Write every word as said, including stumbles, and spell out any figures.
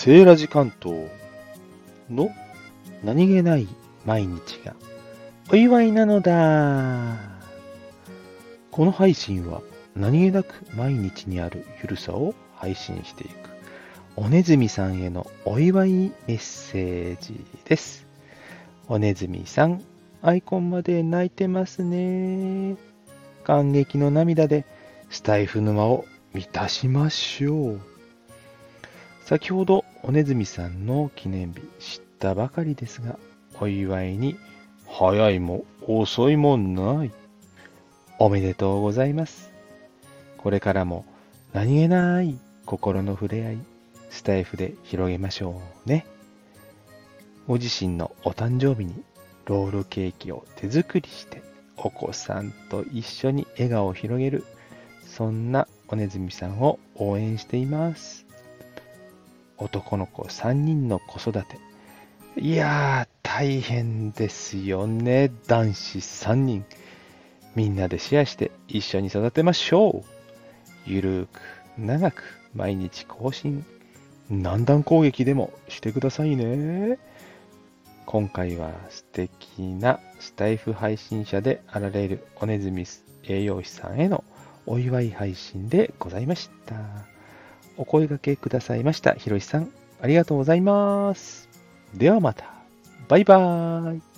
セーラジ関東の何気ない毎日がお祝いなのだ。この配信は何気なく毎日にあるゆるさを配信していくおねずみさんへのお祝いメッセージです。おねずみさん、アイコンまで泣いてますね。感激の涙でスタイフ沼を満たしましょう。先ほどおねずみさんの記念日知ったばかりですが、お祝いに早いも遅いもない。おめでとうございます。これからも何気ない心の触れ合い、スタイフで広げましょうね。ご自身のお誕生日にロールケーキを手作りしてお子さんと一緒に笑顔を広げる、そんなおねずみさんを応援しています。男の子さんにんの子育て、いやー大変ですよね。男子さんにんみんなでシェアして一緒に育てましょう。ゆるーく長く毎日更新、何段攻撃でもしてくださいね。今回は素敵なスタイフ配信者であられるおねずみ栄養士さんへのお祝い配信でございました。お声掛けくださいましたひろしさん、ありがとうございます。ではまた。バイバーイ。